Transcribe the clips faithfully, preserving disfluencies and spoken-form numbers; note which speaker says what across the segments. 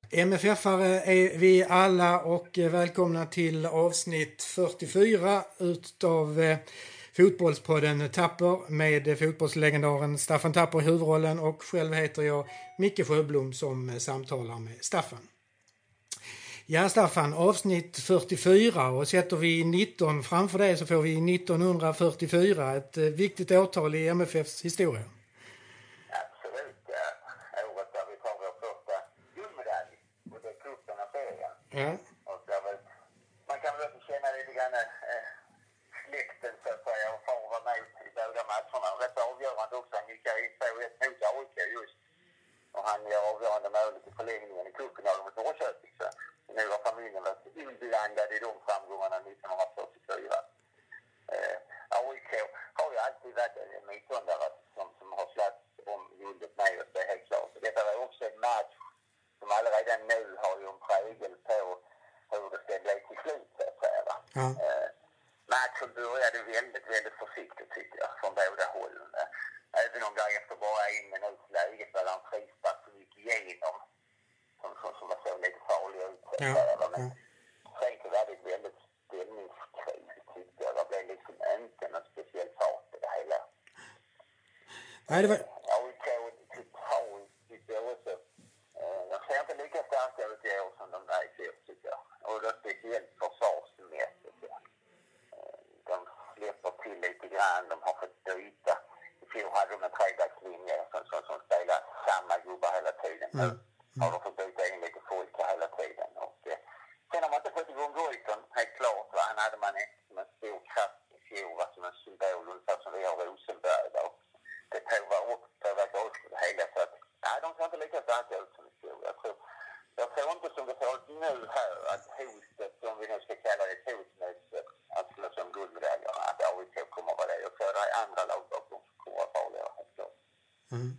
Speaker 1: M F F-are är vi alla och välkomna till avsnitt fyrtiofyra utav eh, Fotbollspodden Tapper med fotbollslegendaren Staffan Tapper i huvudrollen, och själv heter jag Micke Sjöblom som samtalar med Staffan. Ja, Staffan, avsnitt fyrtiofyra, och sätter vi nitton framför det så får vi nittonhundrafyrtiofyra, ett eh, viktigt årtal i M F F:s historia.
Speaker 2: Absolut, ja. Året där vi tar vår första guldmedalj och det är cupen och serien.
Speaker 1: Ja.
Speaker 2: Och där väl, man kan väl också känna lite grann eh, släkten så att säga, och far var med i båda matcherna. Rätt avgörande också, han gick in två ett mot A I K just. Och han gör avgörande målet i förlängningen i cupfinalen mot Norrköping. Så nu har familjen varit inblandad i de framgångarna nittonhundrafyrtiofyra. Eh, A I K har ju alltid varit en motståndare som, som har slagit om guldet med oss, det är helt klart. Så detta var också en match som alla redan nu har ju en prägel på hur det ska bli till slut, så att säga.
Speaker 1: Ja.
Speaker 2: Eh, matchen började väldigt, väldigt försiktigt tycker jag, från båda hållen. Eh, även om det efter bara en minuts läget var en frispark som gick igenom, som, som, som var så lite farlig ut. Så
Speaker 1: Ja.
Speaker 2: att, men sen så var det ett väldigt ställningskrig tyckte jag. Det blev liksom inte någon speciell fart i det hela.
Speaker 1: Nej, det var...
Speaker 2: A I K totalt tycker jag också. De ser inte lika starka ut i år som de är i fjol tycker jag. Och då speciellt försvarsmässigt. De släpper till lite grann, de har fått byta. I fjol hade de en trebackslinje som, som, som spelar samma gubbar hela tiden. Nu
Speaker 1: Mm.
Speaker 2: har de fått byta in lite folk hela tiden. Och, eh, sen har man inte fått igång Goitom, helt klart. Va? Han hade man som en stor kraft i fjol, va? Som en symbol, ungefär som vi har Rosenberg. Och det påvar upp, påverkar upp det hela. Så att, nej, de ser inte lika starka ut som i fjol. Jag tror, jag tror inte som det ser ut nu här, att hotet, som vi nu ska kalla det, hotmässigt, att slå som guldmedaljerna, att A I K kommer att vara det. Jag tror det är andra lag bakom som kommer att vara farliga, helt klart.
Speaker 1: Mm.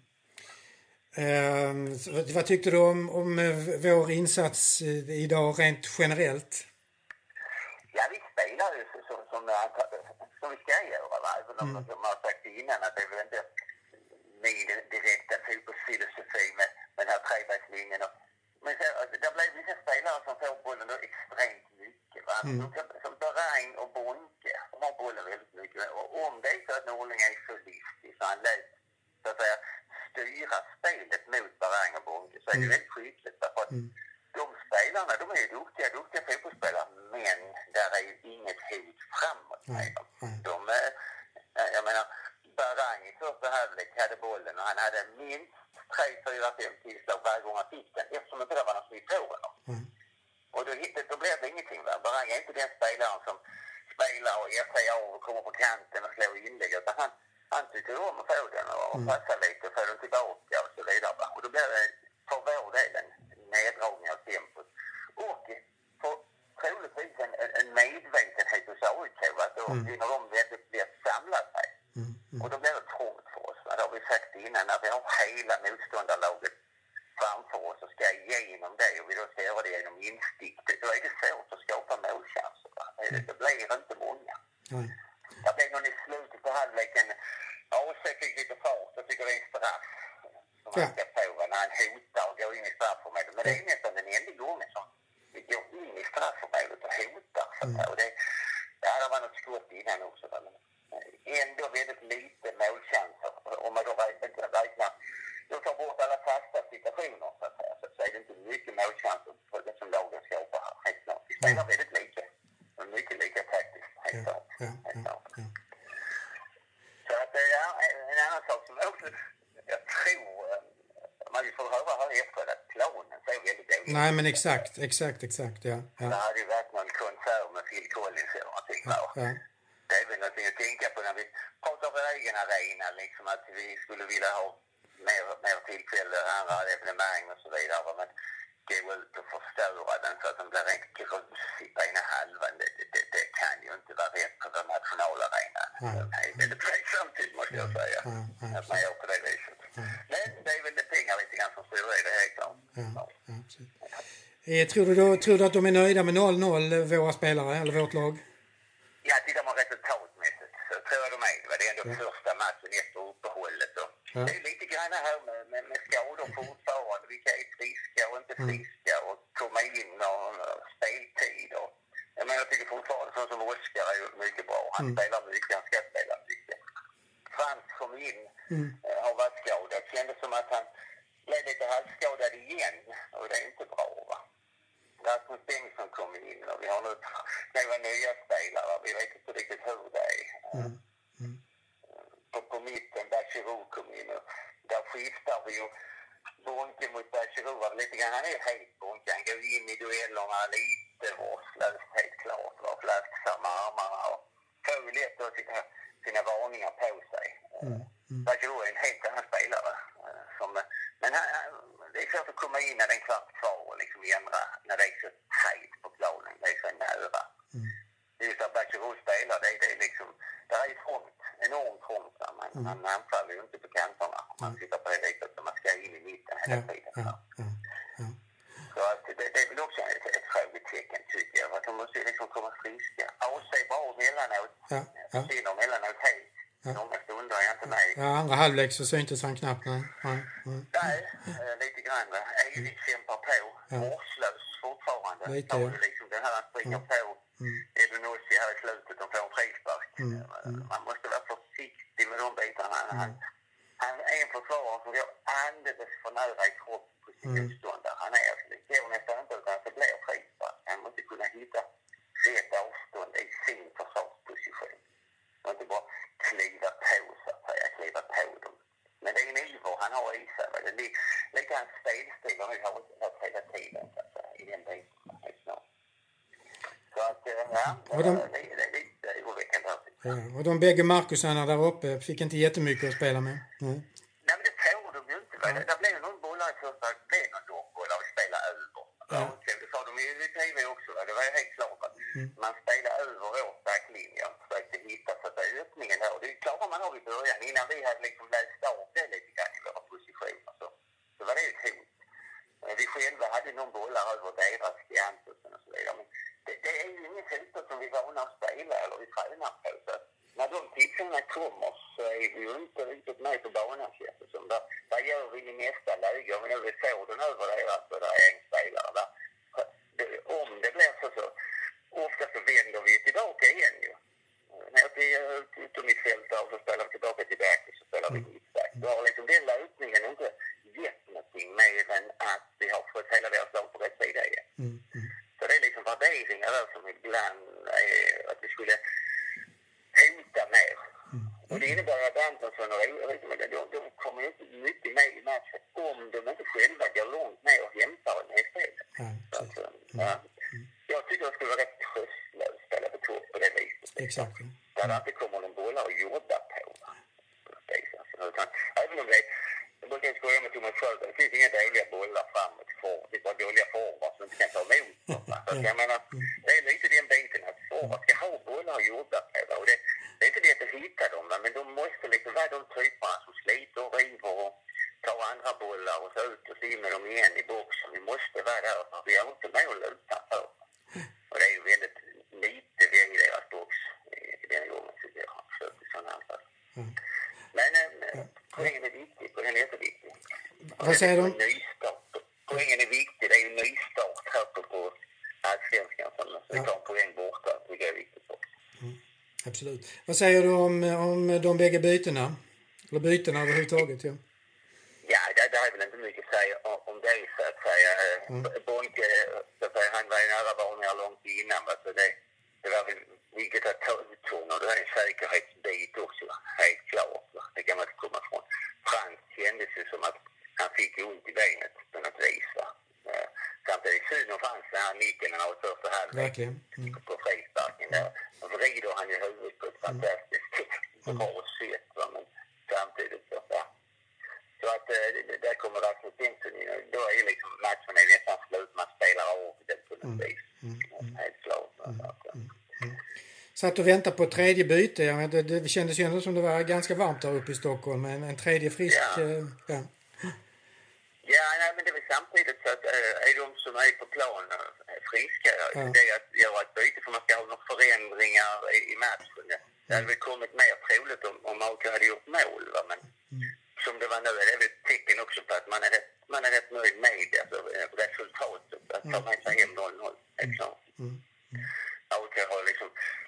Speaker 1: Eh, vad tyckte du om, om vår insats idag rent generellt?
Speaker 2: Ja, vi spelar ju så, så, som, som vi ska göra, va? Även om mm. man har sagt innan att det är väl inte min direkta fotbollsfilosofi med, med den här trebackslinjen. Men så, det blir vissa spelare som får bollen då extremt mycket. Va? Mm. Som, som Bahrain och Bonke, de har bollen väldigt mycket. Och om det är så att Norling är så listig så han lätt så att säga styra spelet mot Bahrain och Bonke, så är det mm. väldigt skickligt. För att mm. de spelarna, de är ju duktiga, duktiga fotbollsspelare, men där är ju inget hot framåt med dem. Mm. De, jag menar, Bahrain i första halvlek hade bollen och han hade minst tre, fyra, fem tillslag varje gång han fick den, eftersom inte det var någon som gick på honom. Mm. Och då, då blev det ingenting. Va? Bahrain är inte den spelaren som spelar och ger sig av och kommer på kanten och slår inlägg, utan han, han tycker om att få den och mm. passa lite och få den tillbaka och så vidare. Va? Och då blir det för vår del en neddragning av tempot. Och för troligtvis en, en medvetenhet hos A I K att då mm. vinner de väldigt lätt samlat sig. Mm. Mm. Och då blir det trångt för oss. Det har vi sagt innan, när vi har hela motståndarlaget framför oss och ska igenom det och vi då ska göra det genom instick. Då är det svårt att skapa målchanser. Mm. Det blir inte många. Mm. Det blir någon i slutet på halvleken. A C fick lite fart och tycker det är en straff som ja. han ska få när han hotar och går in i straffområdet. Men det är nästan den enda gången som vi går in i straffområdet och hotar. Mm. Och det, ja, det var något skott innan också. Men ändå väldigt lite målchanser. Om man då inte räknar, då tar bort alla fasta situationer så att säga, så är det inte mycket målchanser på det som lagen skapar här, helt klart. Vi spelar mm. väldigt lika. Och mycket lika taktiskt, helt klart. Ja, ja, helt klart. Ja, ja. Så att det är en annan sak som också, jag tror, man får höra här efter att planen ser väldigt dålig.
Speaker 1: Nej, men exakt, exakt, exakt, ja. ja.
Speaker 2: Det hade ju varit någon konsert med Phil Collins eller någonting. Ja, ja. Det är väl någonting att tänka på när vi pratar om vår egen arena, liksom att vi skulle vilja ha mer, mer tillfälle, andra evenemang och så vidare. Men gå ut och förstöra den så att de blir rent grusigt på ena halvan. Det, det, det kan ju inte vara rätt på den nationalarena. Mm. Det är väldigt tveksamt, måste jag säga. Mm. Mm. Att man gör på det viset. Mm. Men det är väl det pengar lite grann som styr i det helt klart. Mm. Ja. Ja,
Speaker 1: eh, tror, du då, tror du att de är nöjda med noll noll, våra spelare, eller vårt lag?
Speaker 2: Ja, tittar man resultatmässigt så tror jag de är. Det var ändå ja. första matchen efter uppehållet. Ja. Det är lite grann här med, med, med skador fortfarande. Vilka är friska och inte friska. Mm. sån som Oskar är ju mycket bra. Han mm. spelar mycket, han ska spela mycket. Frans kom in, mm. uh, har varit skadad. Det kändes som att han blev lite halvskadad igen. Och det är inte bra, va? Rasmus Bengtsson kom in och vi har nu några nya spelare. Vi vet inte riktigt hur det är. Mm. Mm. På, på mitten, Bachirou kom in och där skiftar vi ju Bonke mot Bachirou lite grann. Han är helt Bonke. Han går in i duellerna lite vårdslöst, helt klart. Och flaxar med armarna och får ju lätt att sina, sina varningar på sig. Mm. Mm. Bachirou är en helt annan spelare. Som, men han, det är svårt att komma in när det är en kvart kvar och liksom ändra när det är så hejt på planen. Det är så nära. Mm. Just att Bachirou spelar, det, det är liksom, det är trångt, enormt trångt. Man, mm. man anfaller ju inte på kanterna. Man sitter på det viset som man ska in i mitten hela ja, tiden. Ja, ja, ja. Så att det, det är väl också ett, ett frågetecken, tycker jag. Att de måste liksom komma friska. A C bra emellanåt. Ja, ja. Sinner emellanåt helt. Ja. Några stunder är jag inte med.
Speaker 1: Ja, andra halvlek så syntes han knappt. Nej, nej,
Speaker 2: nej. nej äh, lite grann. Evigt kämpar på. Ja. Vårdslös fortfarande.
Speaker 1: Lite, ja.
Speaker 2: Liksom den här han springer ja. på. Mm. Edonossi här i slutet och får en frispark. Mm. Mm. Man måste vara försiktig med de bitarna. Mm. Han, han är en försvarare som går alldeles för nära i kropp på sin mm. motståndare. Han är alltså, det går nästan inte utan att det blir frispark. Han måste kunna hitta rätt avstånd i sin försvarsposition. Och inte bara kliva på så att säga, kliva på dem. Men det är en iver han har i sig. Det är lite hans spelstil han har haft hela tiden så att säga, i den biten. Så att, ja, och de, det, det är lite oroväckande.
Speaker 1: Ja, och de bägge Marcusarna där uppe fick inte jättemycket att spela med.
Speaker 2: Mm. Nej, men det får de ju inte. Ja. Det, det blev någon bollar i första, det blev någon långbollar och spela över. Ja. Ja, det sa de ju i T V också. Det var ju helt klart att mm. man spelar över vår backlinje och försökte hitta så att öppningen där. Och det klarar man av i början. Innan vi hade liksom läst av det lite grann i våra positioner så, så var det ett hot. Vi själva hade någon bollar över deras gigantusen och så vidare. Men det, det är ju ingen fotboll som vi är vana att spela eller vi tränar på. Så när de tillfällena kommer så är vi ju inte riktigt med på banan. Så där, där gör vi i nästa läge. Men när vi får den över deras så där är en spelare. Där, det, om det blir så så ofta så vänder vi tillbaka igen ju. När vi är ute mitt fält och så spelar vi tillbaka till back och så spelar vi mittback. Då har liksom den lösningen inte gett någonting mer än att vi har fått hela deras lag på rätt sida igen. Mm. Mm. Så det är liksom värderingar där som ibland är att vi skulle hota mer. Mm. Och det innebär att Antonsson och de, de kommer inte mycket med i matchen om de inte själva går långt ner och hämtar den här spelet. Mm. Alltså, ja. Mm. Jag tycker att det skulle vara rätt tröstlöst att spela på topp på det viset.
Speaker 1: Exakt. Mm.
Speaker 2: Där det inte kommer någon bollar att jobba på. Utan, även om det jag brukar skoja med Thomas Sköld, det finns inga dåliga bollar framåt för. Det är bara dåliga forward som inte kan ta emot. Så jag menar, det är lite den biten att forward ska ha bollar att jobba på. Och det, det är inte lätt att hitta dem, men de måste liksom vara de typerna som sliter och river och tar andra bollar och så ut och så in med dem igen i boxen. Vi måste vara där, för vi har inte mål utanför. Och det är ju väldigt lite vi är i deras box i den gången tycker jag. Så det är sådana anfall. Men äh, poängen är viktig, poängen är jätteviktig.
Speaker 1: Vad säger du?
Speaker 2: Poängen är viktig, det är ju nystart här på allsvenskan. Så ja. Vi tar en poäng borta, det är viktigt också.
Speaker 1: Mm, absolut. Vad säger du om, om de bägge bytena? Eller bytena överhuvudtaget? Ja,
Speaker 2: ja det, det är väl inte mycket att säga om, om det så att säga. Mm. Bonke, så att säga, han var ju nära varningar långt innan. Så det, det var väl vilket att ta ut honom. Det är en säkerhetsbit också, helt klart. Det kan man inte komma från. Frans kändes ju som att han fick ont i benet på något vis. Uh, samtidigt synd om Frans när han nicken när han var första halvlek mm. på frisparken. Där vrider han ju huvudet på ett fantastiskt mm. bra sätt. Men samtidigt så, ja. Så att uh, där kommer Rasmus Bengtsson in. Då är ju liksom matchen är nästan slut. Man spelar av det på något vis. Mm. Mm. Helt klart. Mm. Mm.
Speaker 1: Mm. Satt och väntade på ett tredje byte. Ja, det, det kändes ju ändå som det var ganska varmt där uppe i Stockholm. Men en tredje frisk...
Speaker 2: Ja,
Speaker 1: eh, ja.
Speaker 2: ja nej, men det är väl samtidigt så att äh, är de som är på plan äh, friska. Ja. Det är att göra ett byte för man ska ha några förändringar i, i matchen. Ja. Det hade väl kommit mer troligt om, om man hade gjort mål. Va? Men mm. som det var nu är det väl ett tecken också på att man är rätt, man är rätt nöjd med alltså, resultatet. Att ta med sig hem noll noll. Det är klart. Mm. Mm. A O K har liksom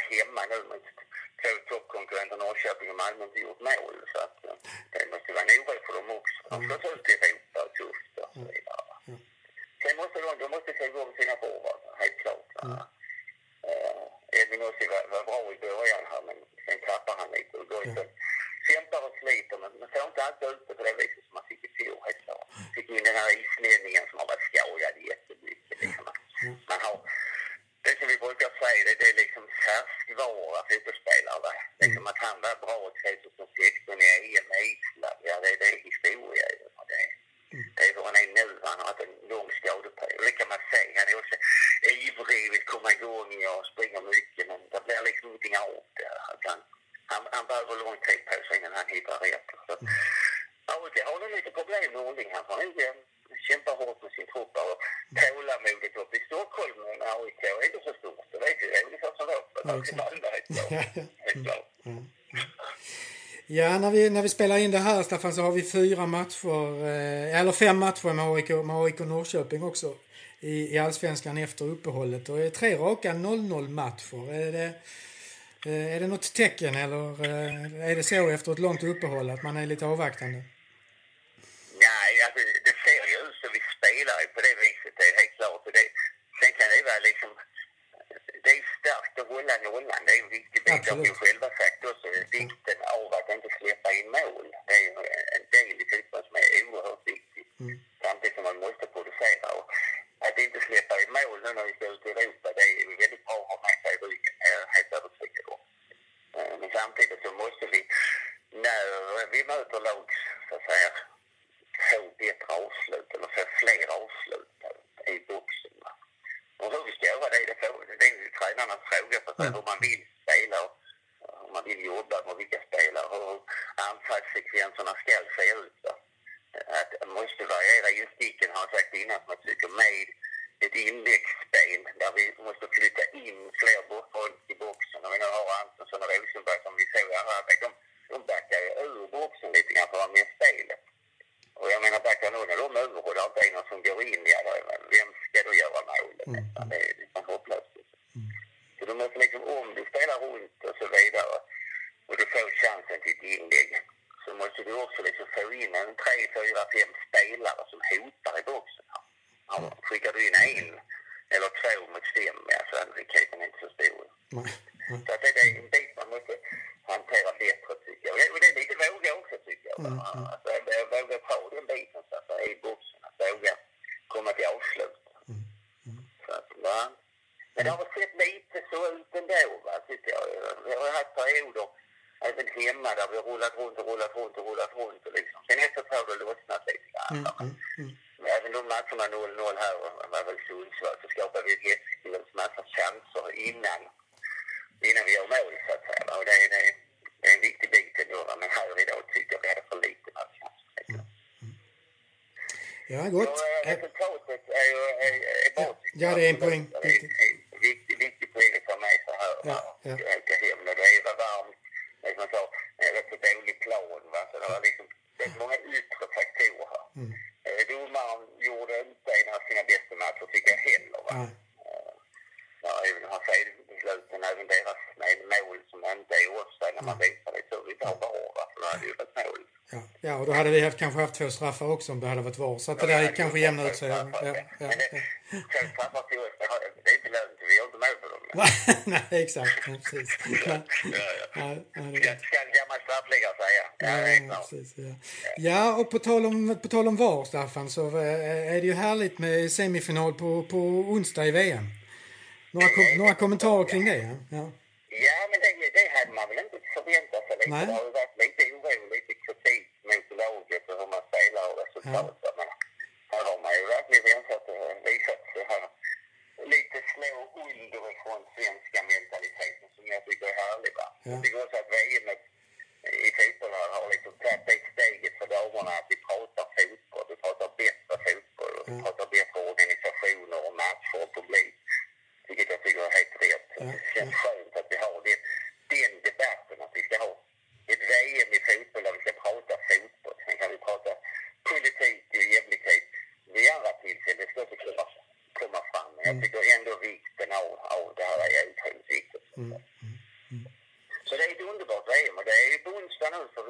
Speaker 2: hemma nu med två toppkonkurrenter Norrköping och Malmö inte gjort mål. Så att det måste vara en oro för dem också. De slås ut i Europa och tufft och så vidare. Mm. Sen måste de, de måste få igång sina forward, helt klart. Mm. Uh, Edvin Ossi var, var bra i början här, men sen tappar han lite och går mm. kämpar och sliter, men man får inte alltid ute på det viset som man fick i fjol, helt klart. Fick in den här isledningen som har varit skadad jättemycket. Liksom. Mm. Man har, det som vi brukar säga, det, det är liksom färskvara fotbollsspelare. Mm. Liksom att han var bra tjugohundrasexton i E M i Island, ja det, det är historia. Det är, mm. det är vad han är nu, han har haft en lång skadeperiod. Det kan man säga, han är också ivrig, vill komma igång och springer mycket, men det blir liksom ingenting av det. Han, han, han behöver lång tid på sig innan han hittar rätt. Så, mm. ja, det har nog lite problem med Orling. Han får nog kämpa hårt med sin trupp och tålamodigt upp i Stockholm. Men A I K är inte så stort. Det vet ju, det är ungefär som vårt.
Speaker 1: Ja, när vi, när vi spelar in det här, Staffan, så har vi fyra matcher, eh, eller fem matcher med A I K, med A I K Norrköping också i, i Allsvenskan efter uppehållet. Och det är tre raka noll noll matcher. Är det, eh, är det något tecken eller eh, är det så efter ett långt uppehåll att man är lite avvaktande?
Speaker 2: Nej, alltså, det ser ju ut så vi spelar på det viset, det är helt klart. Det, sen kan det vara liksom, det är starkt att hålla nollan. Det är en viktig bit. Absolut. Av vi själva sagt också, vikten av att inte släppa in mål. Det är en del i fotboll som är oerhört viktig. Mm. Samtidigt som man måste producera. Och att inte släppa in mål nu när vi ska ut i Europa, det är väldigt bra att ha med sig i ryggen. Jag är helt övertygad om. Men samtidigt så måste vi, när vi möter lag, så att säga, få bättre avslut eller få fler avslut i boxen. Och hur vi ska göra det, det, får, det är ju tränarnas fråga för sig, mm. hur man vill spela och hur man vill jobba med vilka spelare, hur anfallssekvenserna ska se ut. Så. Att man måste variera insticken, har jag sagt innan, som jag tycker, med ett inläggsspel där vi måste flytta in fler folk i boxen. Och vi nu har Antonsson och Rosenberg som vi såg i andra, de, de backar ur boxen lite grann för att vara med spelet. Och jag menar, backar nu när de överhåller inte är någon som går in i alla, vem ska då göra målet? Mm. Det är liksom hopplöst. Mm. Så du måste liksom, om du spelar runt och så vidare och du får chansen till ett inlägg, så måste du också liksom få in en tre, fyra, fem spelare som hotar i boxen. Ja, skickar du in en eller två mot stäm, ja, så sannolikheten är inte så stor. Mm. Mm. Så att det är en bit man måste hantera bättre, tycker jag. Och det är lite våga också, tycker jag. Mm. Alltså, jag vågar ta den biten så att i boxen, att våga komma till avslut. Mm. Mm. Så att, ja. Men det har sett lite så ut ändå, va, tycker jag. Vi har haft perioder även hemma där vi har rullat runt och rullat runt och rullat runt. Och liksom. Sen efter ett tag har det lossnat lite grann. Mm. Mm. Mm. Även de matcherna noll noll här var väl Sundsvall, så skapar vi Hässelens massa chanser innan, innan vi gör mål, så att säga. Och det är, det är, det är en viktig bit ändå, men här idag tycker jag vi hade för lite matchchanser. Mm. Mm.
Speaker 1: Ja, gott.
Speaker 2: Så äh, resultatet är ju är, är bra.
Speaker 1: Ja, det är en poäng.
Speaker 2: Det är en viktig, viktig poäng att ta med sig här. Ja, ja. Jag åker hem och det var varmt. Som jag sa, det var på dålig plan, va? Så det var liksom, det är många yttre faktorer här. Mm. Domaren gjorde inte en av sina bästa matcher, tycker jag heller. Va? Mm. Ja, även har felbesluten, även deras mål som inte är offside när man visar det, så vi tar bara, för då hade ju varit mål.
Speaker 1: Ja. Ja, och då hade vi haft, kanske haft två straffar också om det hade varit var. Så att det där kanske jämnar ut sig. Ja, ja, ja. Men det, två straffar till oss, det är inte lönt, vi har inte mål på dem. Nej, exakt. Ja, precis. Ja, ja, ja,
Speaker 2: ska en gammal straffläggare säga. Ja,
Speaker 1: ja, precis, ja. Ja, och på tal om, på tal om var, Staffan, så är det ju härligt med semifinal på, på onsdag i V M. Några, kom, några kommentarer kring det? Ja, ja.
Speaker 2: Ja, men det, det hade man väl inte förväntat sig lite. Det har ju varit lite oro, lite kritik mot laget och hur man spelar och resultat. Ja. Men här har man ju verkligen väntat och visat så här lite slå underifrån svenska mentaliteten som jag tycker är härlig. Va? Ja. Jag tycker också att V M i fotboll har liksom tagit det steget för dagarna att vi pratar fotboll, vi pratar bättre fotboll och vi
Speaker 1: ja.
Speaker 2: pratar bättre organisationer och matcher och publik. Vilket jag tycker är helt rätt. Ja, det känns ja. skönt att vi har det, den debatten, att vi ska ha ett V M i fotboll där vi ska prata fotboll. Sen kan vi prata politik och jämlikhet vid andra tillfällen. Det ska också komma, komma fram. Men jag tycker ändå vikten av, av det här är otroligt viktigt. Mm. Mm.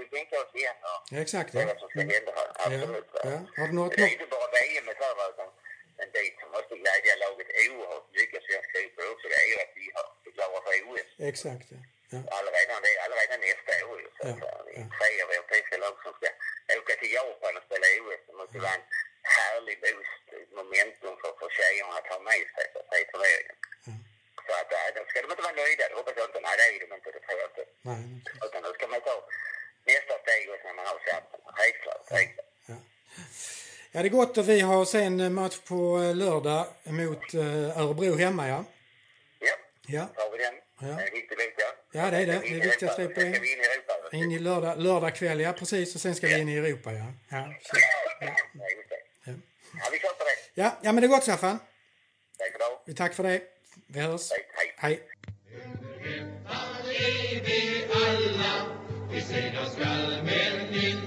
Speaker 2: vi tänka oss igen och
Speaker 1: Ja, exakt.
Speaker 2: det
Speaker 1: Ja.
Speaker 2: är vad som ska hända här. Absolut.
Speaker 1: Ja. Ja. Har du något?
Speaker 2: Det är inte bara V M med förra utan en dit som måste glädja laget oerhört mycket svensk fotboll också. Det är ju att vi har klarat för O S.
Speaker 1: Exakt. Ja. Ja.
Speaker 2: Allerede, det är allerede nästa år. Så
Speaker 1: Ja.
Speaker 2: det är tre av europeiska lag som ska åka till Japan och spela O S. Det måste vara en härlig boost, momentum för, för tjejerna att ha med sig för sig turneringen.
Speaker 1: Ja.
Speaker 2: Så att äh, då ska de inte vara nöjda, det hoppas jag inte. Nej, det är de inte, det tror jag inte.
Speaker 1: Nej, inte.
Speaker 2: Utan då ska man ta nästa steg också när man har chansen. Helt klart, helt klart.
Speaker 1: Ja. Ja, det är gott och vi har sen match på lördag mot uh, Örebro hemma, ja.
Speaker 2: Ja,
Speaker 1: Ja.
Speaker 2: då har vi den.
Speaker 1: Ja.
Speaker 2: Det är viktigt, vet jag.
Speaker 1: Ja, det är det. Det är viktigt att
Speaker 2: Ska
Speaker 1: släppa in.
Speaker 2: vi in i Europa?
Speaker 1: In i lördag, lördag kväll, ja precis. Och sen ska vi in i Europa, ja. Ja, så. Ja.
Speaker 2: Nej, just det.
Speaker 1: Ja.
Speaker 2: Ja, vi kör på det.
Speaker 1: Ja, ja men det är gott, Staffan.
Speaker 2: Tack för det.
Speaker 1: Vi tack för det. Vi hörs.
Speaker 2: Hej, hej.
Speaker 1: Hej.
Speaker 3: Är vi alla, vi segrar skall men inte